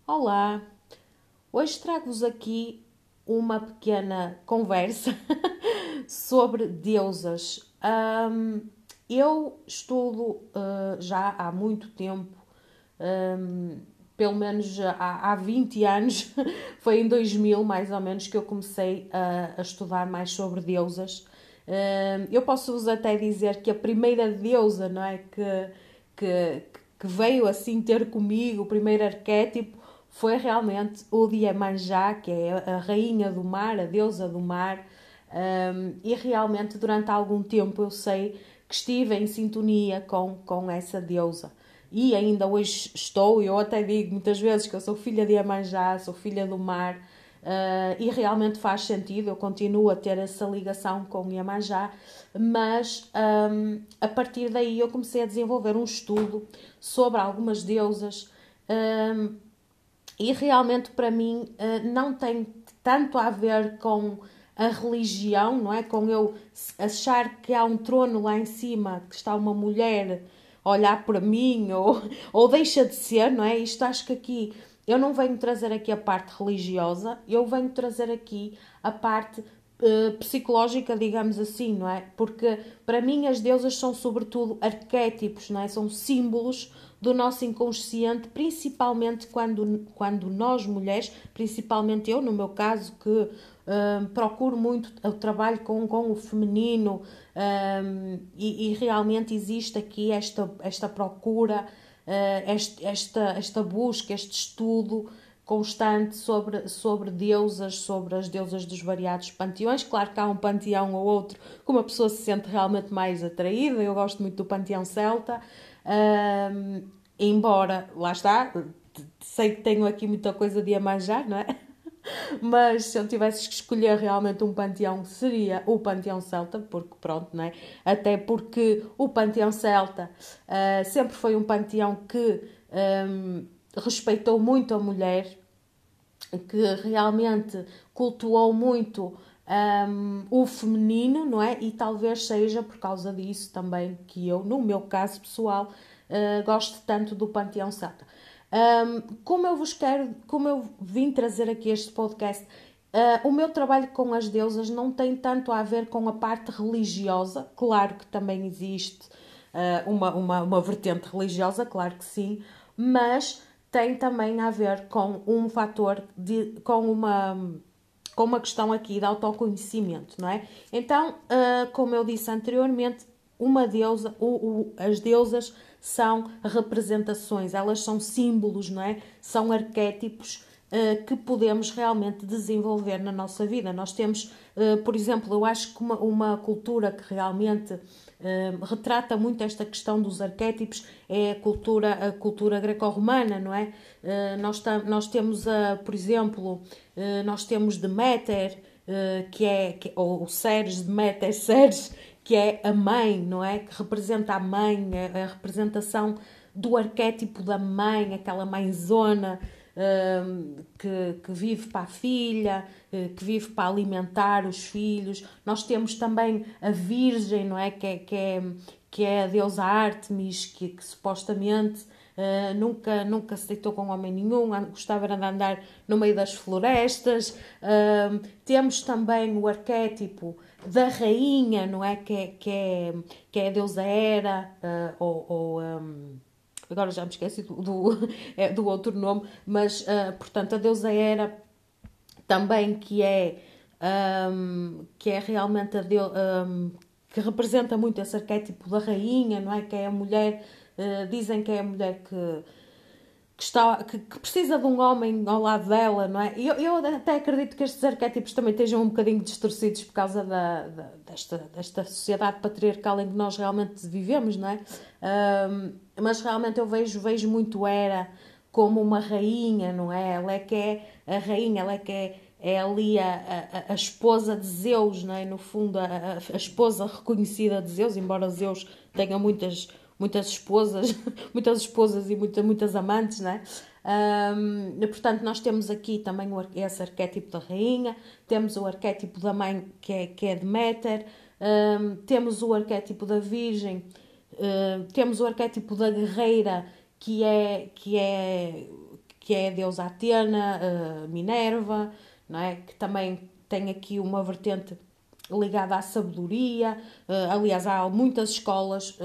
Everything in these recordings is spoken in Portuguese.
Olá, hoje trago-vos aqui uma pequena conversa sobre deusas. Eu estudo já há muito tempo, hum, pelo menos há 20 anos, foi em 2000 mais ou menos que eu comecei a estudar mais sobre deusas. Eu posso-vos até dizer que a primeira deusa, não é, que, que veio assim ter comigo, o primeiro arquétipo, foi realmente o de Iemanjá, que é a rainha do mar, a deusa do mar. E realmente durante algum tempo eu sei que estive em sintonia com essa deusa. E ainda hoje estou, eu até digo muitas vezes que eu sou filha de Iemanjá, sou filha do mar, e realmente faz sentido, eu continuo a ter essa ligação com Iemanjá, mas a partir daí eu comecei a desenvolver um estudo sobre algumas deusas, e realmente para mim não tem tanto a ver com a religião, não é? Com eu achar que há um trono lá em cima, que está uma mulher a olhar para mim, ou deixa de ser, não é? Isto acho que aqui eu não venho trazer aqui a parte religiosa, eu venho trazer aqui a parte psicológica, digamos assim, não é? Porque para mim as deusas são sobretudo arquétipos, não é? São símbolos do nosso inconsciente, principalmente quando nós mulheres, principalmente eu, no meu caso, que procuro muito o trabalho com o feminino, e realmente existe aqui esta procura, esta busca, este estudo constante sobre deusas, sobre as deusas dos variados panteões. Claro que há um panteão ou outro que uma pessoa se sente realmente mais atraída. Eu gosto muito do panteão celta, embora, lá está, sei que tenho aqui muita coisa de Iemanjá, não é? Mas se eu tivesse que escolher realmente um panteão, seria o panteão celta, porque pronto, não é? Até porque o panteão celta sempre foi um panteão que respeitou muito a mulher, que realmente cultuou muito o feminino, não é? E talvez seja por causa disso também que eu, no meu caso pessoal, gosto tanto do panteão celta. Como eu vim trazer aqui este podcast, o meu trabalho com as deusas não tem tanto a ver com a parte religiosa, claro que também existe uma vertente religiosa, claro que sim, mas tem também a ver com um fator, com uma questão aqui de autoconhecimento, não é? Então, como eu disse anteriormente, uma deusa, as deusas são representações, elas são símbolos, não é? São arquétipos que podemos realmente desenvolver na nossa vida. Nós temos, por exemplo, eu acho que uma cultura que realmente retrata muito esta questão dos arquétipos é a cultura greco-romana, não é? Nós temos, por exemplo, nós temos Deméter, ou Ceres, Deméter, Ceres, que é a mãe, não é? Que representa a mãe, a representação do arquétipo da mãe, aquela mãezona que vive para a filha, que vive para alimentar os filhos. Nós temos também a Virgem, não é? Que é a deusa Ártemis, que supostamente nunca se deitou com homem nenhum, gostava de andar no meio das florestas. Temos também o arquétipo da rainha, não é? Que é a deusa Hera, agora já me esqueci do outro nome, mas portanto a deusa Hera também que é realmente que representa muito esse arquétipo da rainha, não é? Que é a mulher, dizem que é a mulher que precisa de um homem ao lado dela, não é? Eu até acredito que estes arquétipos também estejam um bocadinho distorcidos por causa desta sociedade patriarcal em que nós realmente vivemos, não é? Mas realmente eu vejo muito Hera como uma rainha, não é? Ela é que é a rainha, ela é que é ali a esposa de Zeus, não é? No fundo, a esposa reconhecida de Zeus, embora Zeus tenha muitas esposas, muitas esposas e muitas amantes, não é? Portanto, nós temos aqui também esse arquétipo da rainha, temos o arquétipo da mãe que é Deméter, temos o arquétipo da virgem, temos o arquétipo da guerreira que é que é a deusa Atena, Minerva, não é? Que também tem aqui uma vertente ligada à sabedoria. Aliás, há muitas escolas,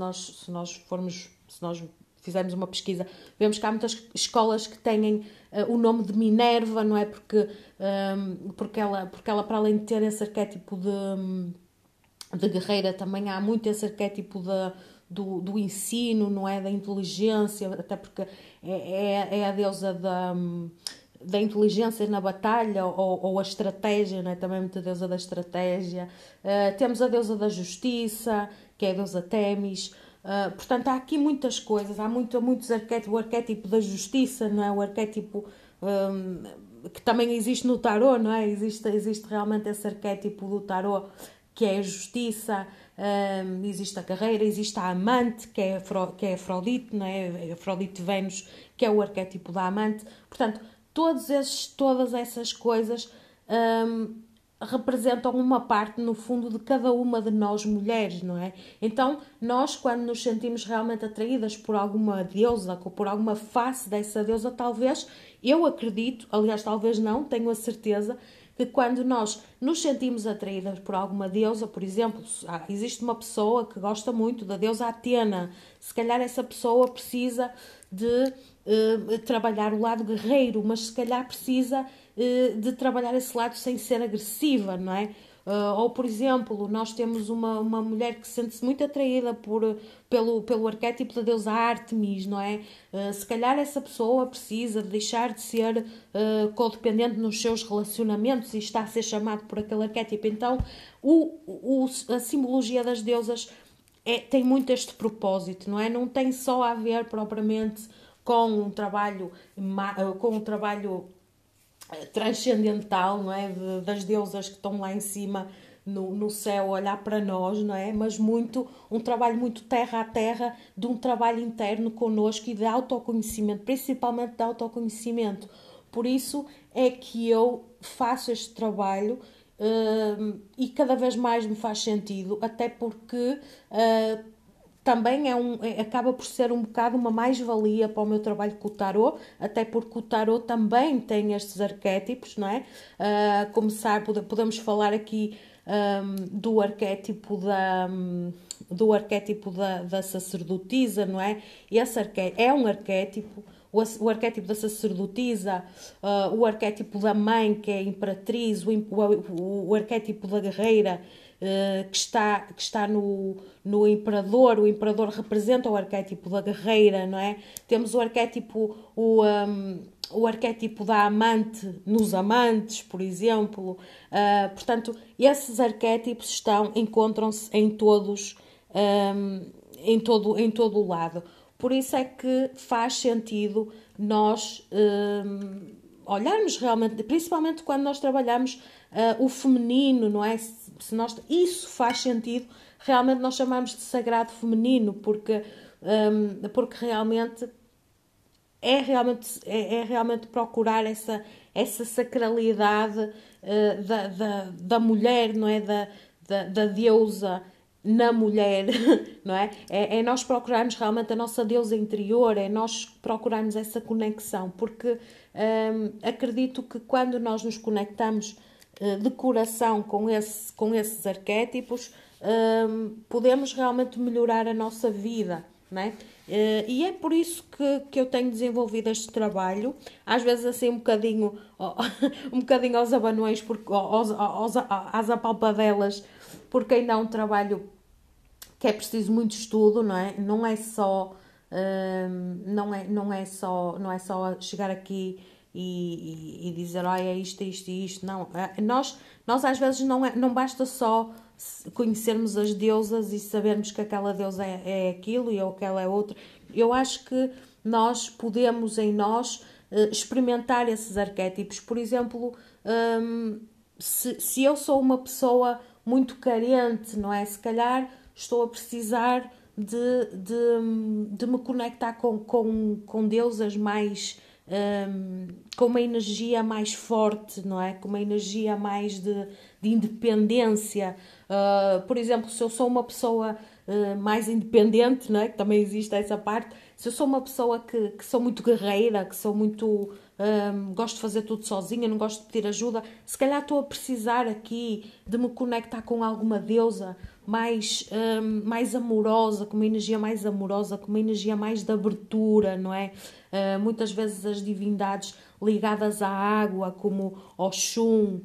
se nós fizermos uma pesquisa, vemos que há muitas escolas que têm o nome de Minerva, não é? Porque ela, para além de ter esse arquétipo de guerreira, também há muito esse arquétipo do ensino, não é? Da inteligência, até porque é a deusa da inteligência na batalha, ou a estratégia, não é? Também muita deusa da estratégia. Temos a deusa da justiça, que é a deusa Témis. Portanto, há aqui muitas coisas, há muitos arquétipos, o arquétipo da justiça, não é? O arquétipo que também existe no tarô, não é? Existe realmente esse arquétipo do tarô, que é a justiça. Existe a guerreira, existe a amante, que é Afrodite, não é? Afrodite Vênus, que é o arquétipo da amante. Portanto, todas essas coisas representam uma parte, no fundo, de cada uma de nós mulheres, não é? Então, nós, quando nos sentimos realmente atraídas por alguma deusa, ou por alguma face dessa deusa, talvez, eu acredito, aliás, talvez não, tenho a certeza, que quando nós nos sentimos atraídas por alguma deusa, por exemplo, existe uma pessoa que gosta muito da deusa Atena, se calhar essa pessoa precisa de trabalhar o lado guerreiro, mas se calhar precisa de trabalhar esse lado sem ser agressiva, não é? Ou, por exemplo, nós temos uma mulher que sente-se muito atraída pelo arquétipo da deusa Ártemis, não é? Se calhar essa pessoa precisa de deixar de ser codependente nos seus relacionamentos e está a ser chamado por aquele arquétipo. Então, a simbologia das deusas tem muito este propósito, não é? Não tem só a ver propriamente com um trabalho transcendental, não é? Das deusas que estão lá em cima no céu a olhar para nós, não é? Mas um trabalho muito terra a terra, de um trabalho interno connosco e de autoconhecimento, principalmente de autoconhecimento. Por isso é que eu faço este trabalho e cada vez mais me faz sentido, até porque também acaba por ser um bocado uma mais-valia para o meu trabalho com o tarot, até porque o tarot também tem estes arquétipos, não é? Começar, podemos falar aqui do arquétipo da sacerdotisa, não é? Esse é um arquétipo, o arquétipo da sacerdotisa, o arquétipo da mãe, que é a imperatriz, o arquétipo da guerreira, que está no imperador. O imperador representa o arquétipo da guerreira, não é? Temos o arquétipo da amante nos amantes, por exemplo. Portanto, esses arquétipos encontram-se em todos, em todo o lado. Por isso é que faz sentido nós olharmos realmente, principalmente quando nós trabalhamos o feminino, não é? Isso faz sentido realmente nós chamarmos de sagrado feminino, porque realmente é realmente procurar essa sacralidade da mulher, não é? Da deusa na mulher, não é? É nós procurarmos realmente a nossa deusa interior, é nós procurarmos essa conexão, porque acredito que quando nós nos conectamos de coração com esses arquétipos, podemos realmente melhorar a nossa vida, não é? E é por isso que eu tenho desenvolvido este trabalho, às vezes assim um bocadinho aos abanões, às apalpadelas, porque ainda é um trabalho que é preciso muito estudo, não é? Não é só chegar aqui e dizer, é isto, isto e isto. Não, nós às vezes não basta só conhecermos as deusas e sabermos que aquela deusa é aquilo e aquela é outra. Eu acho que nós podemos em nós experimentar esses arquétipos. Por exemplo, se eu sou uma pessoa muito carente, não é? Se calhar estou a precisar de me conectar com deusas mais com uma energia mais forte, não é? Com uma energia mais de independência. Por exemplo, se eu sou uma pessoa mais independente, não é? Que também existe essa parte. Se eu sou uma pessoa que sou muito guerreira, que sou muito... gosto de fazer tudo sozinha, não gosto de pedir ajuda, se calhar estou a precisar aqui de me conectar com alguma deusa mais amorosa, com uma energia mais amorosa, com uma energia mais de abertura, não é? Muitas vezes as divindades ligadas à água, como Oxum,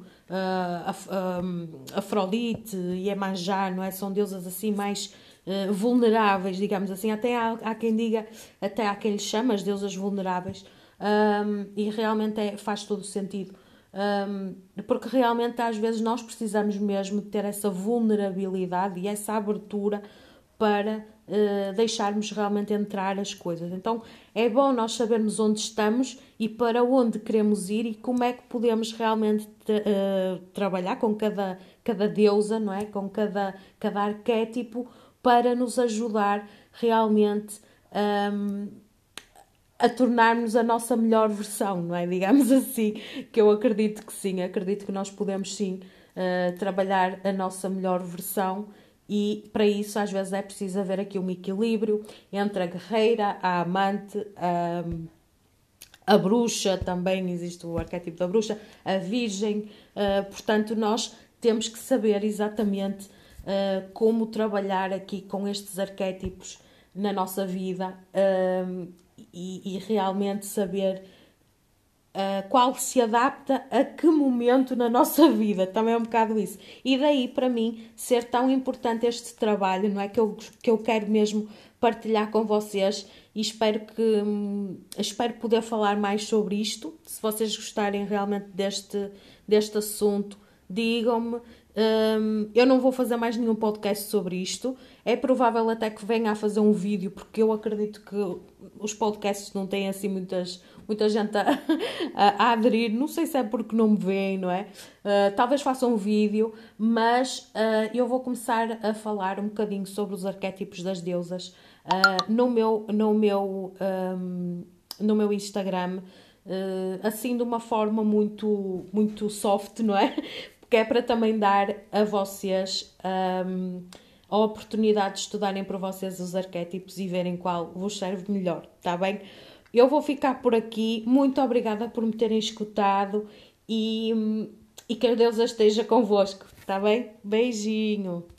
Afrodite e Iemanjá, não é? São deusas assim mais vulneráveis, digamos assim. Até há quem diga, até há quem lhe chama as deusas vulneráveis. E realmente faz todo o sentido. Porque realmente às vezes nós precisamos mesmo de ter essa vulnerabilidade e essa abertura para deixarmos realmente entrar as coisas. Então é bom nós sabermos onde estamos e para onde queremos ir e como é que podemos realmente trabalhar com cada deusa, não é? Com cada arquétipo para nos ajudar realmente a tornarmos a nossa melhor versão, não é? Digamos assim, que eu acredito que sim, acredito que nós podemos sim trabalhar a nossa melhor versão e para isso às vezes é preciso haver aqui um equilíbrio entre a guerreira, a amante, a bruxa, também existe o arquétipo da bruxa, a virgem, portanto nós temos que saber exatamente como trabalhar aqui com estes arquétipos na nossa vida e realmente saber qual se adapta a que momento na nossa vida, também é um bocado isso. E daí, para mim, ser tão importante este trabalho, não é? Que eu quero mesmo partilhar com vocês e espero poder falar mais sobre isto. Se vocês gostarem realmente deste assunto, digam-me. Eu não vou fazer mais nenhum podcast sobre isto. É provável até que venha a fazer um vídeo, porque eu acredito que os podcasts não têm assim muita gente a aderir. Não sei se é porque não me veem, não é? Talvez faça um vídeo, mas eu vou começar a falar um bocadinho sobre os arquétipos das deusas no meu Instagram, assim de uma forma muito soft, não é? Porque é para também dar a vocês a oportunidade de estudarem por vocês os arquétipos e verem qual vos serve melhor, está bem? Eu vou ficar por aqui. Muito obrigada por me terem escutado e que a Deus esteja convosco, está bem? Beijinho!